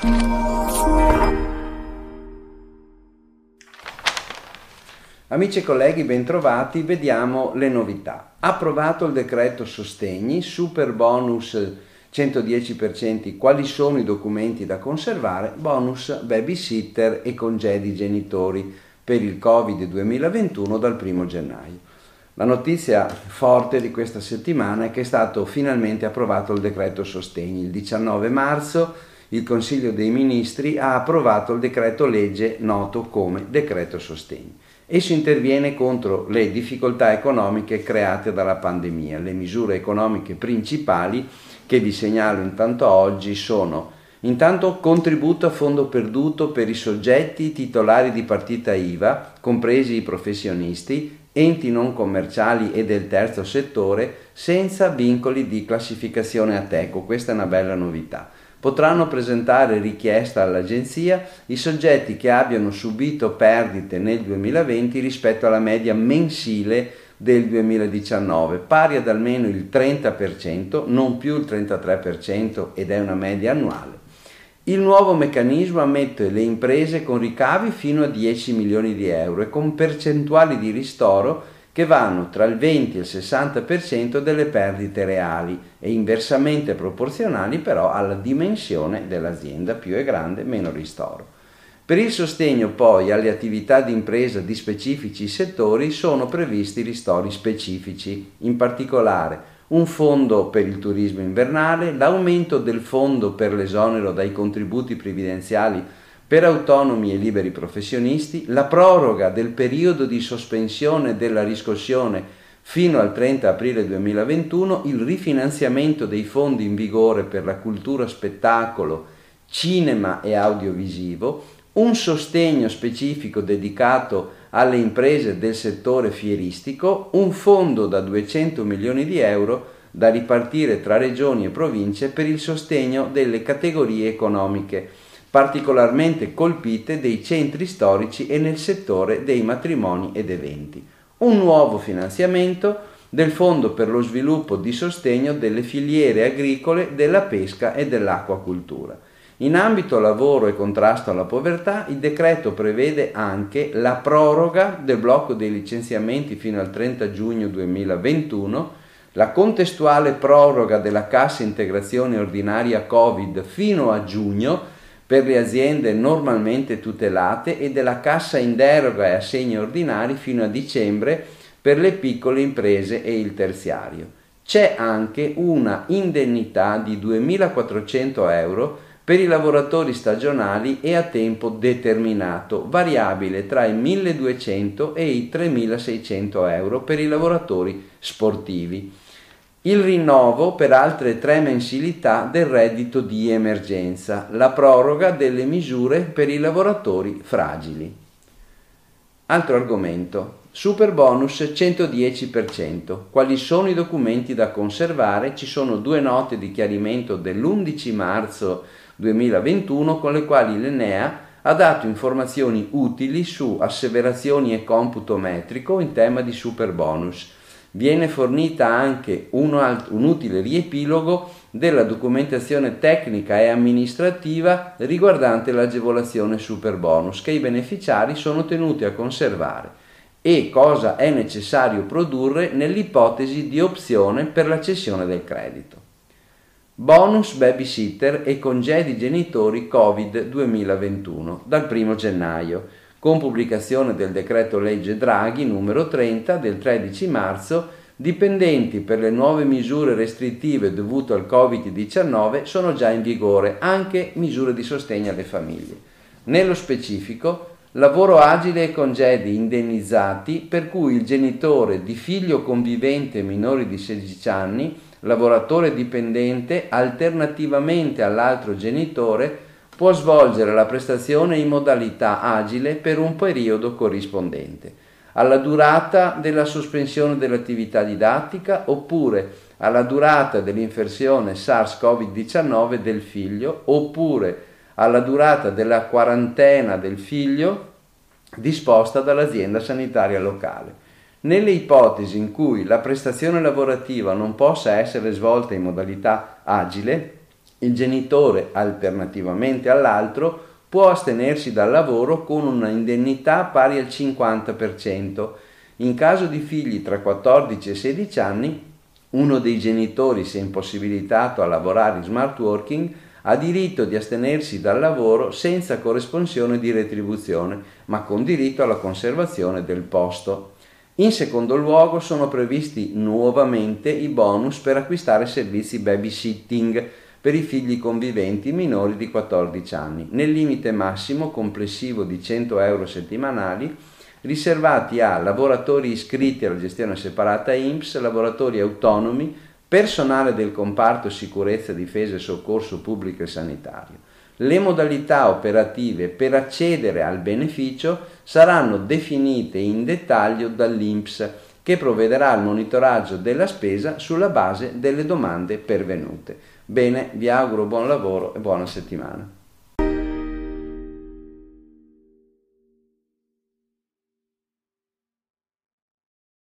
Amici e colleghi, bentrovati, vediamo le novità. Approvato il decreto sostegni, super bonus 110%, quali sono i documenti da conservare, bonus babysitter e congedi genitori per il Covid 2021 dal 1 gennaio. La notizia forte di questa settimana è che è stato finalmente approvato il decreto sostegni. Il 19 marzo il Consiglio dei Ministri ha approvato il decreto legge noto come decreto sostegni. Esso interviene contro le difficoltà economiche create dalla pandemia. Le misure economiche principali che vi segnalo intanto oggi sono: intanto contributo a fondo perduto per i soggetti titolari di partita IVA, compresi i professionisti, enti non commerciali e del terzo settore, senza vincoli di classificazione Ateco. Questa è una bella novità. Potranno presentare richiesta all'Agenzia i soggetti che abbiano subito perdite nel 2020 rispetto alla media mensile del 2019, pari ad almeno il 30%, non più il 33%, ed è una media annuale. Il nuovo meccanismo ammette le imprese con ricavi fino a 10 milioni di euro e con percentuali di ristoro che vanno tra il 20 e il 60% delle perdite reali e inversamente proporzionali però alla dimensione dell'azienda. Più è grande, meno ristoro. Per il sostegno poi alle attività di impresa di specifici settori sono previsti ristori specifici, in particolare un fondo per il turismo invernale, l'aumento del fondo per l'esonero dai contributi previdenziali per autonomi e liberi professionisti, la proroga del periodo di sospensione della riscossione fino al 30 aprile 2021, il rifinanziamento dei fondi in vigore per la cultura, spettacolo, cinema e audiovisivo, un sostegno specifico dedicato alle imprese del settore fieristico, un fondo da 200 milioni di euro da ripartire tra regioni e province per il sostegno delle categorie economiche particolarmente colpite dei centri storici e nel settore dei matrimoni ed eventi. Un nuovo finanziamento del Fondo per lo sviluppo di sostegno delle filiere agricole, della pesca e dell'acquacultura. In ambito lavoro e contrasto alla povertà, il decreto prevede anche la proroga del blocco dei licenziamenti fino al 30 giugno 2021, la contestuale proroga della cassa integrazione ordinaria Covid fino a giugno per le aziende normalmente tutelate e della cassa in deroga e assegni ordinari fino a dicembre per le piccole imprese e il terziario. C'è anche una indennità di 2.400 euro per i lavoratori stagionali e a tempo determinato, variabile tra i 1.200 e i 3.600 euro per i lavoratori sportivi. Il rinnovo per altre 3 mensilità del reddito di emergenza, la proroga delle misure per i lavoratori fragili. Altro argomento, super bonus 110%. Quali sono i documenti da conservare? Ci sono 2 note di chiarimento dell'11 marzo 2021 con le quali l'Enea ha dato informazioni utili su asseverazioni e computo metrico in tema di super bonus. Viene fornita anche un utile riepilogo della documentazione tecnica e amministrativa riguardante l'agevolazione super bonus che i beneficiari sono tenuti a conservare e cosa è necessario produrre nell'ipotesi di opzione per la cessione del credito. Bonus babysitter e congedi genitori Covid 2021 dal 1 gennaio. Con pubblicazione del decreto legge Draghi numero 30 del 13 marzo, dipendenti per le nuove misure restrittive dovute al Covid-19 sono già in vigore anche misure di sostegno alle famiglie. Nello specifico, lavoro agile e congedi indennizzati per cui il genitore di figlio convivente minore di 16 anni, lavoratore dipendente, alternativamente all'altro genitore, può svolgere la prestazione in modalità agile per un periodo corrispondente alla durata della sospensione dell'attività didattica oppure alla durata dell'infezione SARS-CoV-19 del figlio oppure alla durata della quarantena del figlio disposta dall'azienda sanitaria locale. Nelle ipotesi in cui la prestazione lavorativa non possa essere svolta in modalità agile, Il genitore, alternativamente all'altro, può astenersi dal lavoro con una indennità pari al 50%. In caso di figli tra 14 e 16 anni, uno dei genitori, se impossibilitato a lavorare in smart working, ha diritto di astenersi dal lavoro senza corresponsione di retribuzione, ma con diritto alla conservazione del posto. In secondo luogo sono previsti nuovamente i bonus per acquistare servizi babysitting per i figli conviventi minori di 14 anni, nel limite massimo complessivo di 100 euro settimanali, riservati a lavoratori iscritti alla gestione separata INPS, lavoratori autonomi, personale del comparto sicurezza, difesa e soccorso pubblico e sanitario. Le modalità operative per accedere al beneficio saranno definite in dettaglio dall'INPS, che provvederà al monitoraggio della spesa sulla base delle domande pervenute. Bene, vi auguro buon lavoro e buona settimana.